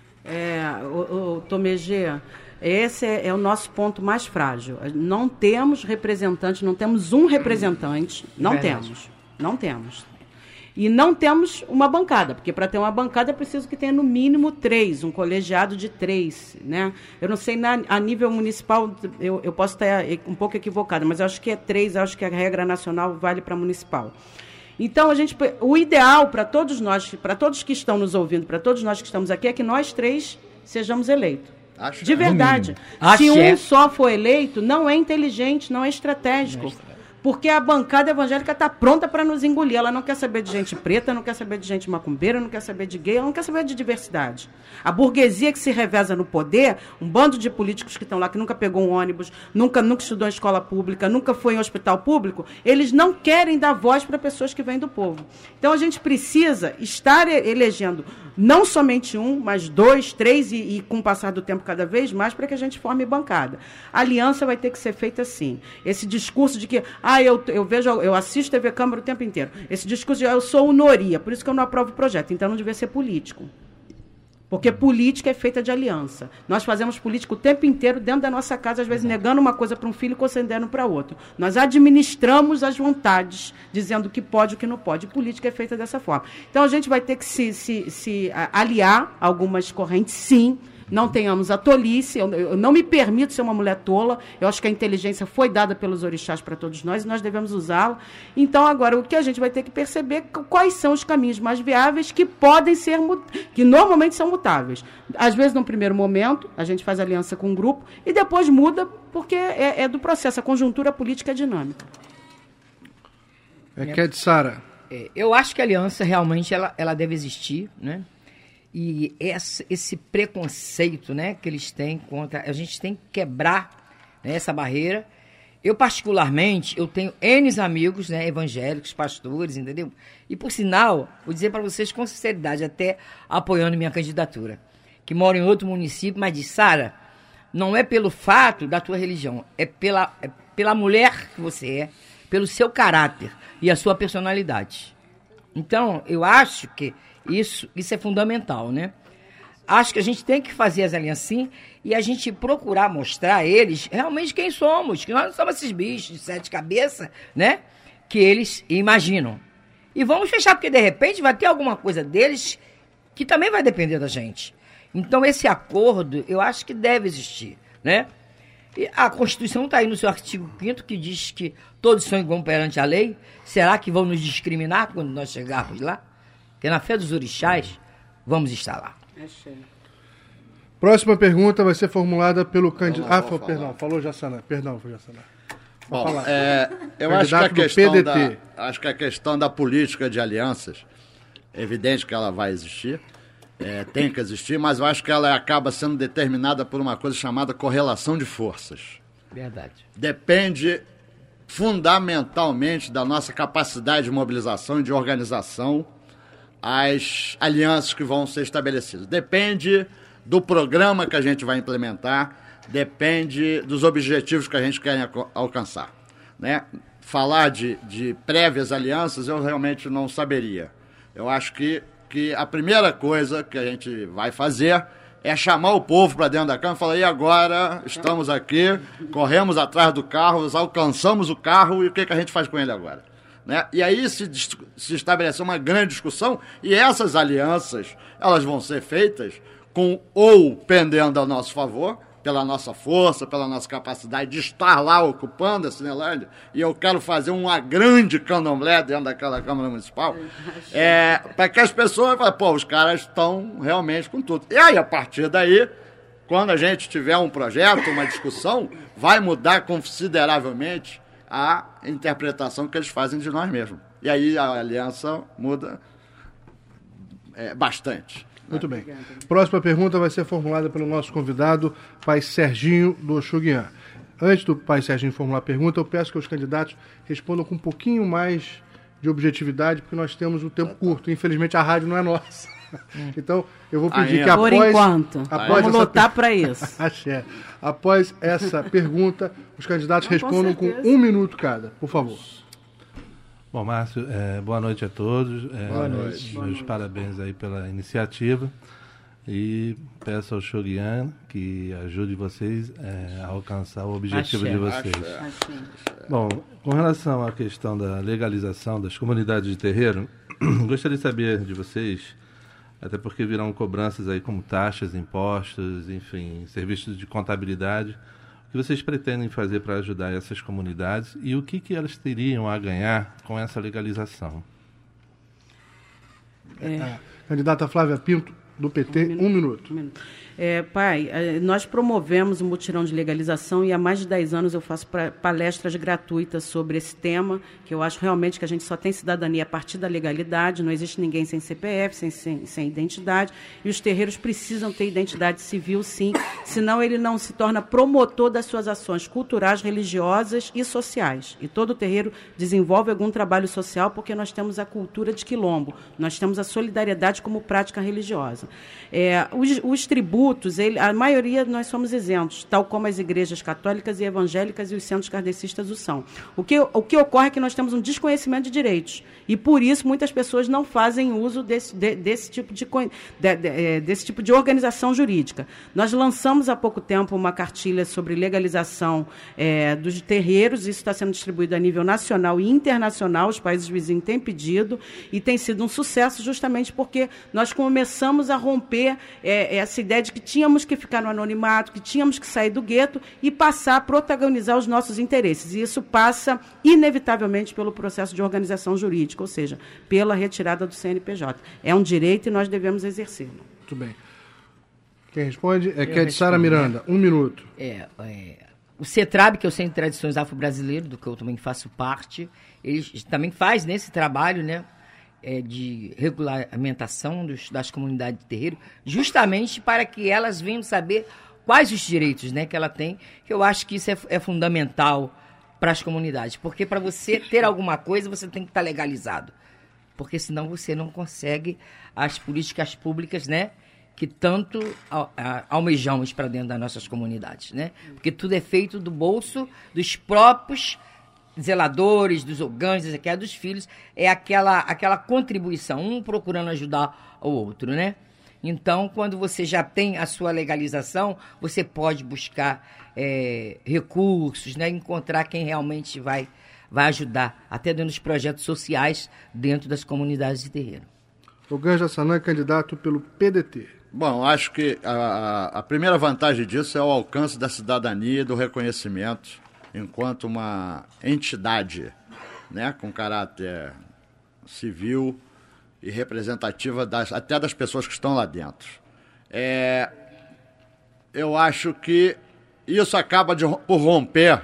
[SPEAKER 3] Tomegê, esse é o nosso ponto mais frágil. Não temos representantes, não temos um representante, não temos. E não temos uma bancada, porque para ter uma bancada é preciso que tenha no mínimo 3, um colegiado de 3, né? Eu não sei, a nível municipal, eu posso estar um pouco equivocada, mas eu acho que é 3, acho que a regra nacional vale para municipal. Então, o ideal para todos nós, para todos que estão nos ouvindo, para todos nós que estamos aqui, é que nós 3 sejamos eleitos. De verdade. Se um só for eleito, não é inteligente, não é estratégico. Porque a bancada evangélica está pronta para nos engolir. Ela não quer saber de gente preta, não quer saber de gente macumbeira, não quer saber de gay, ela não quer saber de diversidade. A burguesia que se reveza no poder, um bando de políticos que estão lá, que nunca pegou um ônibus, nunca estudou em escola pública, nunca foi em hospital público, eles não querem dar voz para pessoas que vêm do povo. Então, a gente precisa estar elegendo não somente um, mas 2, 3 e com o passar do tempo cada vez mais, para que a gente forme bancada. A aliança vai ter que ser feita assim. Esse discurso de que eu assisto TV Câmara o tempo inteiro. Esse discurso de eu sou o Noria, por isso que eu não aprovo o projeto. Então não devia ser político. Porque política é feita de aliança. Nós fazemos política o tempo inteiro dentro da nossa casa, às vezes negando uma coisa para um filho e concedendo para outro. Nós administramos as vontades, dizendo o que pode e o que não pode. Política é feita dessa forma. Então a gente vai ter que se aliar a algumas correntes, sim, não tenhamos a tolice, eu não me permito ser uma mulher tola, eu acho que a inteligência foi dada pelos orixás para todos nós e nós devemos usá-la. Então, agora, o que a gente vai ter que perceber é quais são os caminhos mais viáveis que podem ser, que normalmente são mutáveis. Às vezes, num primeiro momento, a gente faz aliança com um grupo e depois muda, porque é do processo, a conjuntura política é dinâmica.
[SPEAKER 1] Sara.
[SPEAKER 4] Eu acho que a aliança realmente ela deve existir, né? E esse preconceito, né, que eles têm contra... A gente tem que quebrar, né, essa barreira. Eu, particularmente, eu tenho N amigos, né, evangélicos, pastores, entendeu? E, por sinal, vou dizer para vocês com sinceridade, até apoiando minha candidatura, que moram em outro município, mas diz, Sara, não é pelo fato da tua religião, é pela mulher que você é, pelo seu caráter e a sua personalidade. Então, eu acho que isso é fundamental, né? Acho que a gente tem que fazer as alianças sim e a gente procurar mostrar a eles realmente quem somos, que nós não somos esses bichos de 7 cabeças, né? Que eles imaginam. E vamos fechar, porque de repente vai ter alguma coisa deles que também vai depender da gente. Então esse acordo, eu acho que deve existir, né? E a Constituição está aí no seu artigo 5º, que diz que todos são iguais perante a lei. Será que vão nos discriminar quando nós chegarmos lá? Porque na fé dos orixás, vamos estar lá.
[SPEAKER 1] Próxima pergunta vai ser formulada pelo candidato... falou Jassanã. Perdão, Jassanã.
[SPEAKER 2] Bom, eu acho que a questão da política de alianças, é evidente que ela vai existir, tem que existir, mas eu acho que ela acaba sendo determinada por uma coisa chamada correlação de forças.
[SPEAKER 4] Verdade.
[SPEAKER 2] Depende fundamentalmente da nossa capacidade de mobilização e de organização as alianças que vão ser estabelecidas. Depende do programa que a gente vai implementar, depende dos objetivos que a gente quer alcançar, né? Falar de prévias alianças eu realmente não saberia. Eu acho que a primeira coisa que a gente vai fazer é chamar o povo para dentro da Câmara e falar, e agora estamos aqui, corremos atrás do carro, alcançamos o carro e o que a gente faz com ele agora? Né? E aí se estabeleceu uma grande discussão e essas alianças elas vão ser feitas ou pendendo ao nosso favor, pela nossa força, pela nossa capacidade de estar lá ocupando a Cinelândia, e eu quero fazer uma grande candomblé dentro daquela Câmara Municipal, para que as pessoas falem, pô, os caras estão realmente com tudo. E aí, a partir daí, quando a gente tiver um projeto, uma discussão, vai mudar consideravelmente a interpretação que eles fazem de nós mesmos. E aí a aliança muda bastante.
[SPEAKER 1] Muito bem. Próxima pergunta vai ser formulada pelo nosso convidado, Pai Serginho do Oxuguian. Antes do Pai Serginho formular a pergunta, eu peço que os candidatos respondam com um pouquinho mais de objetividade, porque nós temos um tempo curto. Infelizmente, a rádio não é nossa. Então, eu vou pedir que após...
[SPEAKER 3] Por enquanto. Vamos lutar para isso.
[SPEAKER 1] Axé. Após essa pergunta, os candidatos respondam com 1 minuto cada, por favor.
[SPEAKER 8] Bom, Márcio, boa noite a todos.
[SPEAKER 1] Boa noite.
[SPEAKER 8] Meus parabéns aí pela iniciativa e peço ao Oxuguian que ajude vocês a alcançar o objetivo de vocês. Bom, com relação à questão da legalização das comunidades de terreiro, gostaria de saber de vocês, até porque virão cobranças aí como taxas, impostos, enfim, serviços de contabilidade. O que vocês pretendem fazer para ajudar essas comunidades e o que elas teriam a ganhar com essa legalização?
[SPEAKER 1] Candidata Flávia Pinto, do PT, 1 minuto.
[SPEAKER 3] Pai, nós promovemos o mutirão de legalização e há mais de 10 anos eu faço palestras gratuitas sobre esse tema, que eu acho realmente que a gente só tem cidadania a partir da legalidade, não existe ninguém sem CPF, sem identidade, e os terreiros precisam ter identidade civil, sim, senão ele não se torna promotor das suas ações culturais, religiosas e sociais. E todo terreiro desenvolve algum trabalho social porque nós temos a cultura de quilombo, nós temos a solidariedade como prática religiosa. Os tributos, a maioria nós somos isentos, tal como as igrejas católicas e evangélicas e os centros kardecistas o são. O que ocorre é que nós temos um desconhecimento de direitos e, por isso, muitas pessoas não fazem uso desse tipo de organização jurídica. Nós lançamos há pouco tempo uma cartilha sobre legalização dos terreiros, isso está sendo distribuído a nível nacional e internacional, os países vizinhos têm pedido e tem sido um sucesso justamente porque nós começamos a romper essa ideia de que tínhamos que ficar no anonimato, que tínhamos que sair do gueto e passar a protagonizar os nossos interesses. E isso passa, inevitavelmente, pelo processo de organização jurídica, ou seja, pela retirada do CNPJ. É um direito e nós devemos exercê-lo.
[SPEAKER 1] Muito bem. Quem responde é Kedissara Miranda. 1 minuto.
[SPEAKER 4] O CETRAB, que é o Centro de Tradições Afro-Brasileiro, do que eu também faço parte, ele também faz nesse trabalho, né, de regulamentação das comunidades de terreiro, justamente para que elas venham saber quais os direitos, né, que ela tem, que eu acho que isso é fundamental para as comunidades, porque para você ter alguma coisa, você tem que estar legalizado, porque senão você não consegue as políticas públicas, né, que tanto almejamos para dentro das nossas comunidades, né? Porque tudo é feito do bolso dos próprios zeladores, dos orgãs, dos filhos, é aquela contribuição, um procurando ajudar o outro, né? Então, quando você já tem a sua legalização, você pode buscar recursos, né? Encontrar quem realmente vai ajudar, até dentro dos projetos sociais dentro das comunidades de terreiro.
[SPEAKER 1] Ogan Jassanã é candidato pelo PDT.
[SPEAKER 2] Bom, acho que a primeira vantagem disso é o alcance da cidadania e do reconhecimento enquanto uma entidade, né, com caráter civil e representativa até das pessoas que estão lá dentro. Eu acho que isso acaba por romper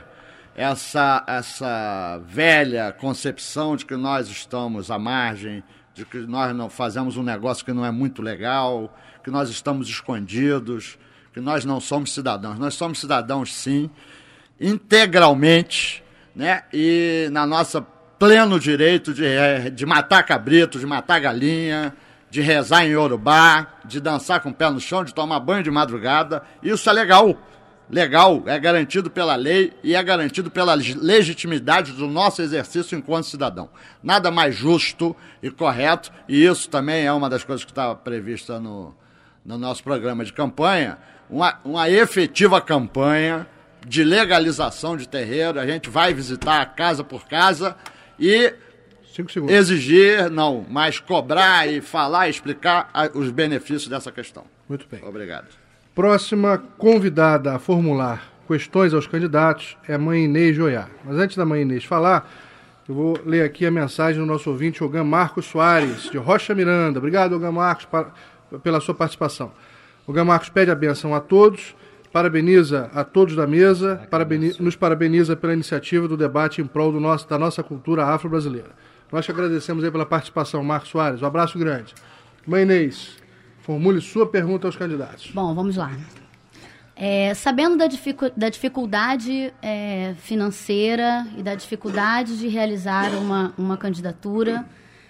[SPEAKER 2] essa velha concepção de que nós estamos à margem, de que nós não fazemos um negócio que não é muito legal, que nós estamos escondidos, que nós não somos cidadãos. Nós somos cidadãos, sim, integralmente, né? E na nossa pleno direito de matar cabrito, de matar galinha, de rezar em Yorubá, de dançar com o pé no chão, de tomar banho de madrugada. Isso é legal. Legal, é garantido pela lei e é garantido pela legitimidade do nosso exercício enquanto cidadão. Nada mais justo e correto, e isso também é uma das coisas que está prevista no nosso programa de campanha, uma efetiva campanha de legalização de terreiro. A gente vai visitar casa por casa e exigir, não, mas cobrar e falar e explicar os benefícios dessa questão.
[SPEAKER 1] Muito bem.
[SPEAKER 2] Obrigado.
[SPEAKER 1] Próxima convidada a formular questões aos candidatos é a mãe Inês Joiá. Mas antes da mãe Inês falar, eu vou ler aqui a mensagem do nosso ouvinte, Ogan Marcos Soares, de Rocha Miranda. Obrigado, Ogan Marcos, pela sua participação. Ogan Marcos pede a bênção a todos, parabeniza a todos da mesa, nos parabeniza pela iniciativa do debate em prol da nossa cultura afro-brasileira. Nós te agradecemos aí pela participação, Marcos Soares. Um abraço grande. Mãe Inês, formule sua pergunta aos candidatos.
[SPEAKER 5] Bom, vamos lá. Sabendo da dificuldade financeira e da dificuldade de realizar uma candidatura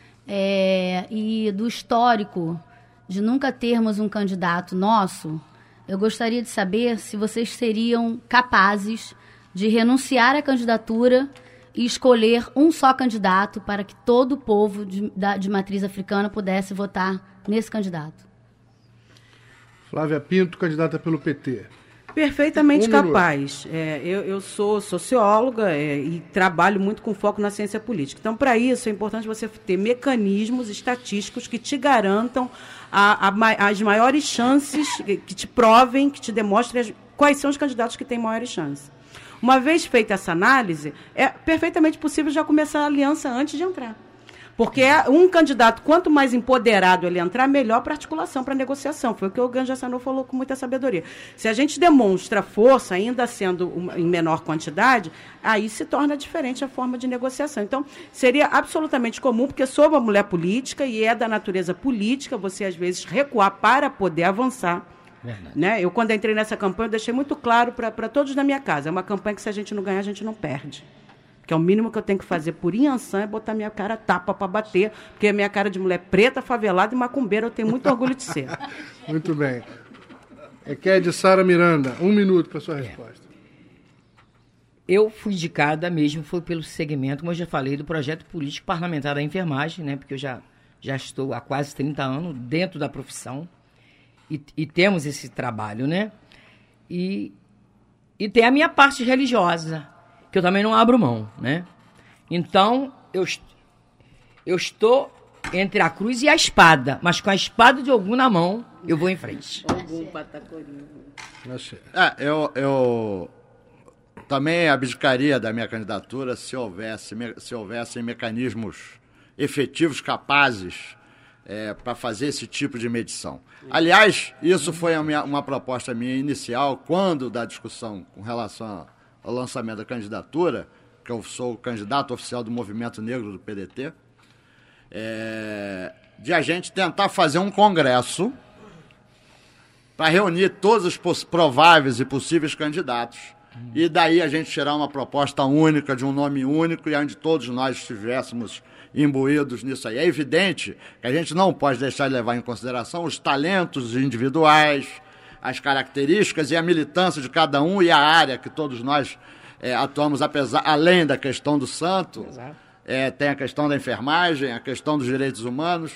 [SPEAKER 5] e do histórico de nunca termos um candidato nosso, eu gostaria de saber se vocês seriam capazes de renunciar à candidatura e escolher um só candidato para que todo o povo de matriz africana pudesse votar nesse candidato.
[SPEAKER 1] Flávia Pinto, candidata pelo PT.
[SPEAKER 3] Perfeitamente capaz. Eu sou socióloga e trabalho muito com foco na ciência política. Então, para isso, é importante você ter mecanismos estatísticos que te garantam as maiores chances, que te provem, que te demonstrem quais são os candidatos que têm maiores chances. Uma vez feita essa análise, é perfeitamente possível já começar a aliança antes de entrar. Porque um candidato, quanto mais empoderado ele entrar, melhor para articulação, para negociação. Foi o que o Ogan Jassanã falou com muita sabedoria. Se a gente demonstra força, ainda sendo em menor quantidade, aí se torna diferente a forma de negociação. Então, seria absolutamente comum, porque sou uma mulher política e é da natureza política você, às vezes, recuar para poder avançar. Né? Eu, quando entrei nessa campanha, eu deixei muito claro para todos na minha casa. É uma campanha que, se a gente não ganhar, a gente não perde. Que é o mínimo que eu tenho que fazer por Inhansã é botar minha cara tapa para bater, porque a minha cara de mulher preta, favelada e macumbeira, eu tenho muito orgulho de ser.
[SPEAKER 1] Muito bem. Kedissara Miranda, 1 minuto para a sua resposta.
[SPEAKER 4] Eu fui indicada mesmo, foi pelo segmento, como eu já falei, do projeto político parlamentar da enfermagem, né? Porque eu já estou há quase 30 anos dentro da profissão e temos esse trabalho, né? E tem a minha parte religiosa, que eu também não abro mão, né? Então, eu estou entre a cruz e a espada, mas com a espada de Ogum na mão, eu vou em frente.
[SPEAKER 3] Ogum Patacorinho.
[SPEAKER 2] Eu também abdicaria da minha candidatura se houvessem mecanismos efetivos, capazes para fazer esse tipo de medição. Aliás, isso foi uma proposta minha inicial, quando da discussão com relação ao lançamento da candidatura, que eu sou o candidato oficial do Movimento Negro do PDT, de a gente tentar fazer um congresso para reunir todos os prováveis e possíveis candidatos, e daí a gente tirar uma proposta única, de um nome único, e onde todos nós estivéssemos imbuídos nisso aí. É evidente que a gente não pode deixar de levar em consideração os talentos individuais, as características e a militância de cada um e a área que todos nós atuamos, além da questão do santo. Tem a questão da enfermagem, a questão dos direitos humanos,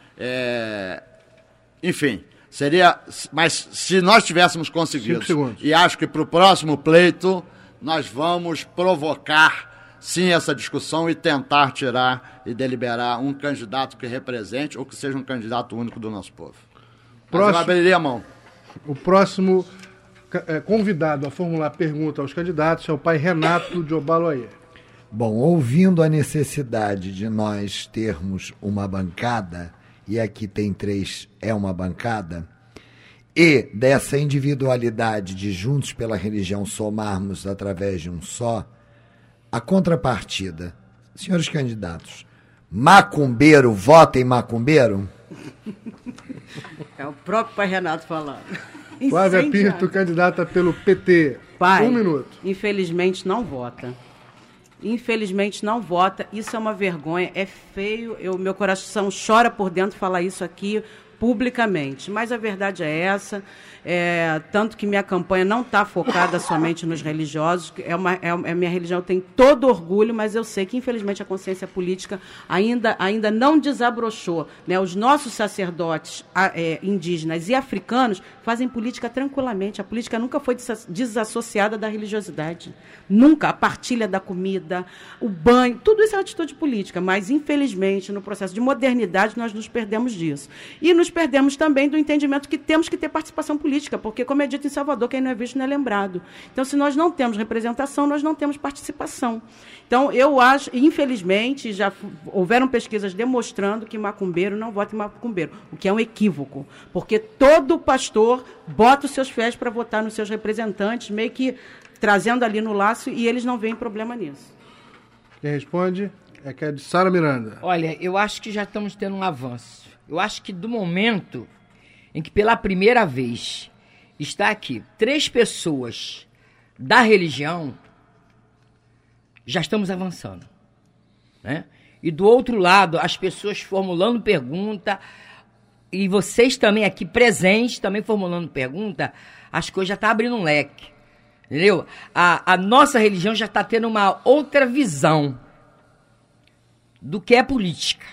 [SPEAKER 2] enfim... Mas se nós tivéssemos conseguido, e acho que para o próximo pleito, nós vamos provocar, sim, essa discussão e tentar tirar e deliberar um candidato que represente ou que seja um candidato único do nosso povo. Mas eu abriria a mão.
[SPEAKER 1] O próximo convidado a formular pergunta aos candidatos é o pai Renato de Obaloaiê.
[SPEAKER 6] Bom, ouvindo a necessidade de nós termos uma bancada, e aqui tem 3, é uma bancada, e dessa individualidade de Juntos pela Religião somarmos através de um só, a contrapartida, senhores candidatos, macumbeiro vota em macumbeiro?
[SPEAKER 3] É o próprio pai Renato falando.
[SPEAKER 1] Flávia Pinto, candidata pelo PT.
[SPEAKER 3] Pai,
[SPEAKER 1] 1 minuto.
[SPEAKER 3] Infelizmente não vota. Infelizmente não vota, isso é uma vergonha, é feio, meu coração chora por dentro falar isso aqui publicamente, mas a verdade é essa, tanto que minha campanha não está focada somente nos religiosos, minha religião tem todo orgulho, mas eu sei que infelizmente a consciência política ainda não desabrochou, né? Os nossos sacerdotes indígenas e africanos fazem política tranquilamente, a política nunca foi desassociada da religiosidade, nunca, a partilha da comida, o banho, tudo isso é atitude política, mas infelizmente no processo de modernidade nós nos perdemos disso, e nos perdemos também do entendimento que temos que ter participação política, porque, como é dito em Salvador, quem não é visto não é lembrado. Então, se nós não temos representação, nós não temos participação. Então, eu acho, infelizmente, já houveram pesquisas demonstrando que macumbeiro não vota em macumbeiro, o que é um equívoco, porque todo pastor bota os seus fiéis para votar nos seus representantes, meio que trazendo ali no laço, e eles não veem problema nisso.
[SPEAKER 1] Quem responde é que é de Sara Miranda.
[SPEAKER 4] Olha, eu acho que já estamos tendo um avanço. Eu acho que do momento em que pela primeira vez está aqui 3 pessoas da religião, já estamos avançando, né? E do outro lado, as pessoas formulando pergunta, e vocês também aqui presentes, também formulando pergunta, as coisas já estão abrindo um leque, entendeu? A nossa religião já está tendo uma outra visão do que é política.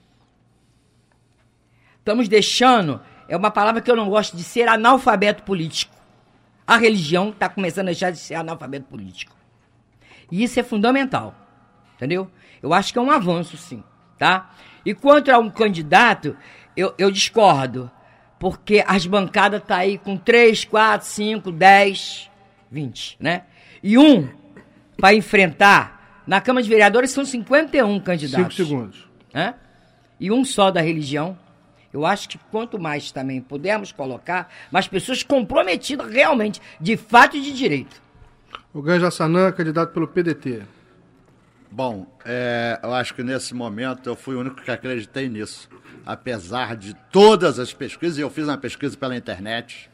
[SPEAKER 4] Estamos deixando, é uma palavra que eu não gosto de ser, analfabeto político. A religião está começando a deixar de ser analfabeto político. E isso é fundamental, entendeu? Eu acho que é um avanço, sim, tá? E quanto a um candidato, eu discordo, porque as bancadas estão aí com 3, 4, 5, 10, 20, né? E para enfrentar, na Câmara de Vereadores são 51 candidatos.
[SPEAKER 1] 5 segundos.
[SPEAKER 4] Né? E um só da religião. Eu acho que quanto mais também pudermos colocar, mais pessoas comprometidas realmente, de fato e de direito.
[SPEAKER 1] O Ganja Sanã, candidato pelo PDT.
[SPEAKER 2] Bom, eu acho que nesse momento eu fui o único que acreditei nisso. Apesar de todas as pesquisas, e eu fiz uma pesquisa pela internet,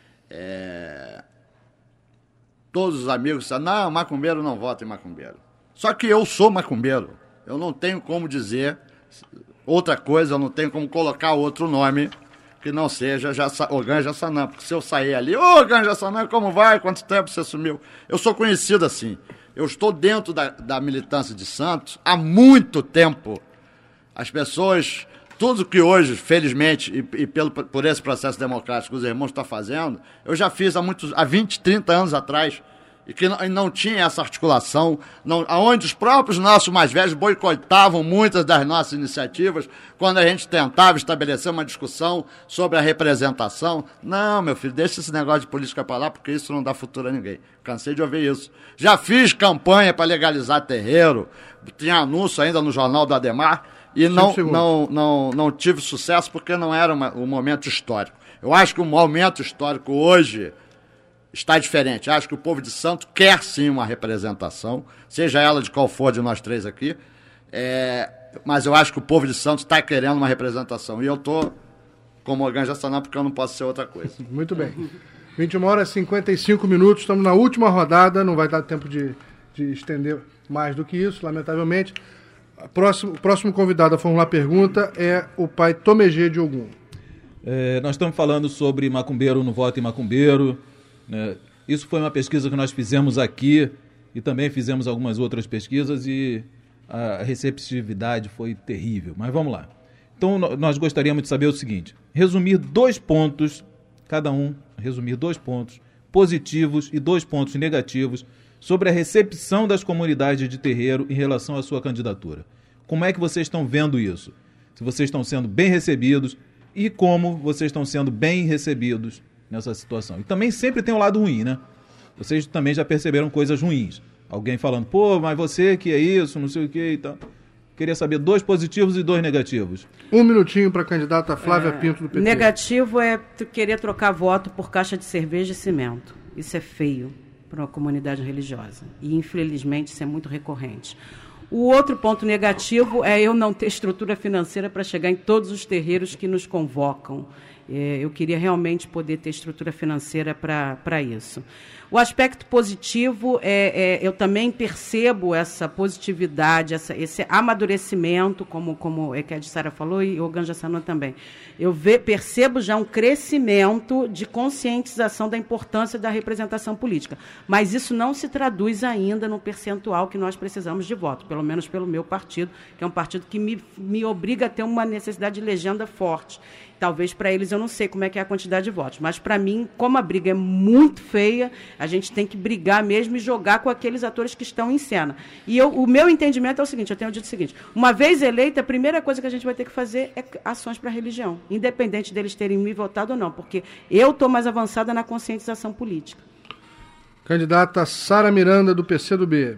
[SPEAKER 2] todos os amigos disseram, não, macumbeiro não vota em macumbeiro. Só que eu sou macumbeiro. Eu não tenho como dizer outra coisa, eu não tenho como colocar outro nome que não seja o Ganja Sanã. Porque se eu sair ali, Ganja Sanã, como vai? Quanto tempo você sumiu? Eu sou conhecido assim. Eu estou dentro da militância de Santos há muito tempo. As pessoas, tudo que hoje, felizmente, e por esse processo democrático que os irmãos estão fazendo, eu já fiz há 20, 30 anos atrás. e que não tinha essa articulação, onde os próprios nossos mais velhos boicotavam muitas das nossas iniciativas, quando a gente tentava estabelecer uma discussão sobre a representação. Não, meu filho, deixa esse negócio de política para lá, porque isso não dá futuro a ninguém. Cansei de ouvir isso. Já fiz campanha para legalizar terreiro, tinha anúncio ainda no Jornal do Ademar, e não tive sucesso porque não era um momento histórico. Eu acho que o momento histórico hoje está diferente. Acho que o povo de Santos quer sim uma representação, seja ela de qual for de nós três aqui, mas eu acho que o povo de Santos está querendo uma representação. E eu estou como Organ Jassanã porque eu não posso ser outra coisa.
[SPEAKER 1] Muito bem. 21h55, estamos na última rodada, não vai dar tempo de estender mais do que isso, lamentavelmente. O próximo convidado a formular a pergunta é o pai Tomegê de Ogum.
[SPEAKER 7] Nós estamos falando sobre macumbeiro no voto em macumbeiro. Isso foi uma pesquisa que nós fizemos aqui e também fizemos algumas outras pesquisas e a receptividade foi terrível. Mas vamos lá. Então, nós gostaríamos de saber o seguinte: resumir 2 pontos, cada um, resumir 2 pontos positivos e 2 pontos negativos sobre a recepção das comunidades de terreiro em relação à sua candidatura. Como é que vocês estão vendo isso? Se vocês estão sendo bem recebidos e como vocês estão sendo bem recebidos nessa situação. E também sempre tem um lado ruim, né? Vocês também já perceberam coisas ruins. Alguém falando, pô, mas você que é isso, não sei o que e tal. Queria saber 2 positivos e 2 negativos.
[SPEAKER 1] 1 minutinho para a candidata Flávia Pinto do PT.
[SPEAKER 3] Negativo é querer trocar voto por caixa de cerveja e cimento. Isso é feio para uma comunidade religiosa. E, infelizmente, isso é muito recorrente. O outro ponto negativo é eu não ter estrutura financeira para chegar em todos os terreiros que nos convocam. Eu queria realmente poder ter estrutura financeira para isso. O aspecto positivo eu também percebo essa positividade, esse amadurecimento, como a Sara falou e o Organ Jassanã também. Eu percebo já um crescimento de conscientização da importância da representação política, mas isso não se traduz ainda no percentual que nós precisamos de voto, pelo menos pelo meu partido, que é um partido que me obriga a ter uma necessidade de legenda forte. Talvez para eles eu não sei como é que é a quantidade de votos, mas para mim, como a briga é muito feia, a gente tem que brigar mesmo e jogar com aqueles atores que estão em cena. E o meu entendimento é o seguinte, eu tenho dito o seguinte, uma vez eleita, a primeira coisa que a gente vai ter que fazer é ações para a religião, independente deles terem me votado ou não, porque eu estou mais avançada na conscientização política.
[SPEAKER 1] Candidata Sara Miranda, do PCdoB.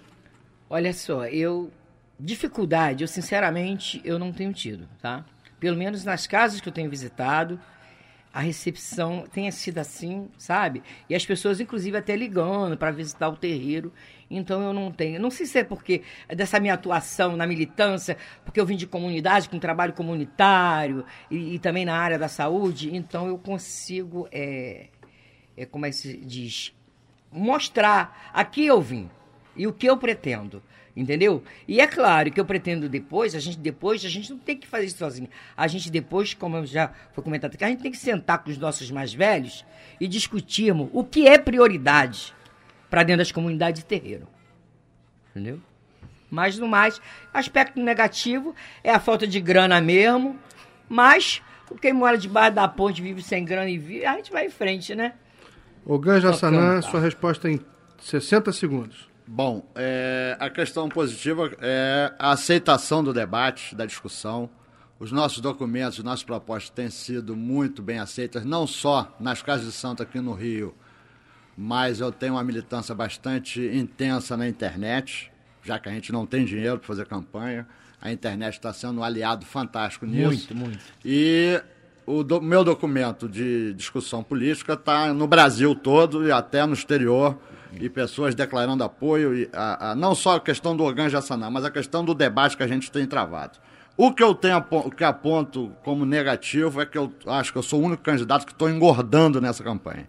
[SPEAKER 4] Olha só, dificuldade, sinceramente, eu não tenho tido, tá? Pelo menos nas casas que eu tenho visitado, a recepção tenha sido assim, sabe? E as pessoas, inclusive, até ligando para visitar o terreiro. Então, eu não tenho. Não sei se é porque dessa minha atuação na militância, porque eu vim de comunidade, com trabalho comunitário e também na área da saúde. Então, eu consigo, como é que se diz, mostrar a que eu vim e o que eu pretendo. Entendeu? E é claro que eu pretendo depois, a gente não tem que fazer isso sozinho. A gente depois, como já foi comentado aqui, a gente tem que sentar com os nossos mais velhos e discutirmos o que é prioridade para dentro das comunidades de terreiro. Entendeu? Mas, no mais, aspecto negativo é a falta de grana mesmo, mas quem mora debaixo da ponte vive sem grana e a gente vai em frente, né?
[SPEAKER 1] Organ Jassanã, sua resposta em 60 segundos.
[SPEAKER 2] Bom, a questão positiva é a aceitação do debate, da discussão. Os nossos documentos, as nossas propostas têm sido muito bem aceitas, não só nas casas de santo aqui no Rio, mas eu tenho uma militância bastante intensa na internet, já que a gente não tem dinheiro para fazer campanha. A internet está sendo um aliado fantástico nisso. Muito. E o meu documento de discussão política está no Brasil todo e até no exterior, e pessoas declarando apoio, e não só a questão do Organ Jassanã, mas a questão do debate que a gente tem travado. O que eu que aponto como negativo é que eu acho que eu sou o único candidato que estou engordando nessa campanha.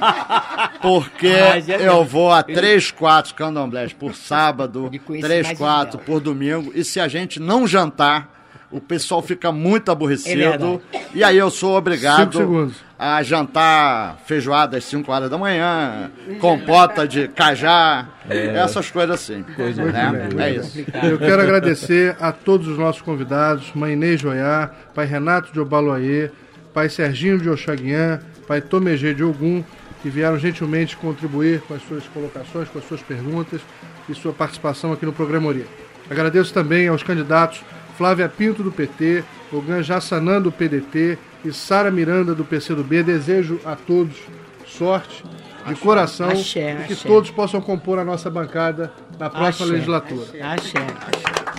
[SPEAKER 2] Porque eu vou a 3, 4 candomblés por sábado, 3, 4 por domingo, e se a gente não jantar, o pessoal fica muito aborrecido, e aí eu sou obrigado a jantar feijoada às 5 horas da manhã, compota de cajá, essas coisas assim. É isso.
[SPEAKER 1] Eu quero agradecer a todos os nossos convidados, Mãe Inês Joiá, Pai Renato de Obaloaiê, Pai Serginho de Oxaguian, Pai Tomegê de Ogum, que vieram gentilmente contribuir com as suas colocações, com as suas perguntas e sua participação aqui no Programa Ori. Agradeço também aos candidatos Flávia Pinto, do PT, Ogan Jassanã, do PDT e Sara Miranda, do PCdoB. Desejo a todos sorte, de coração, e que todos possam compor a nossa bancada na próxima legislatura.
[SPEAKER 4] Axé.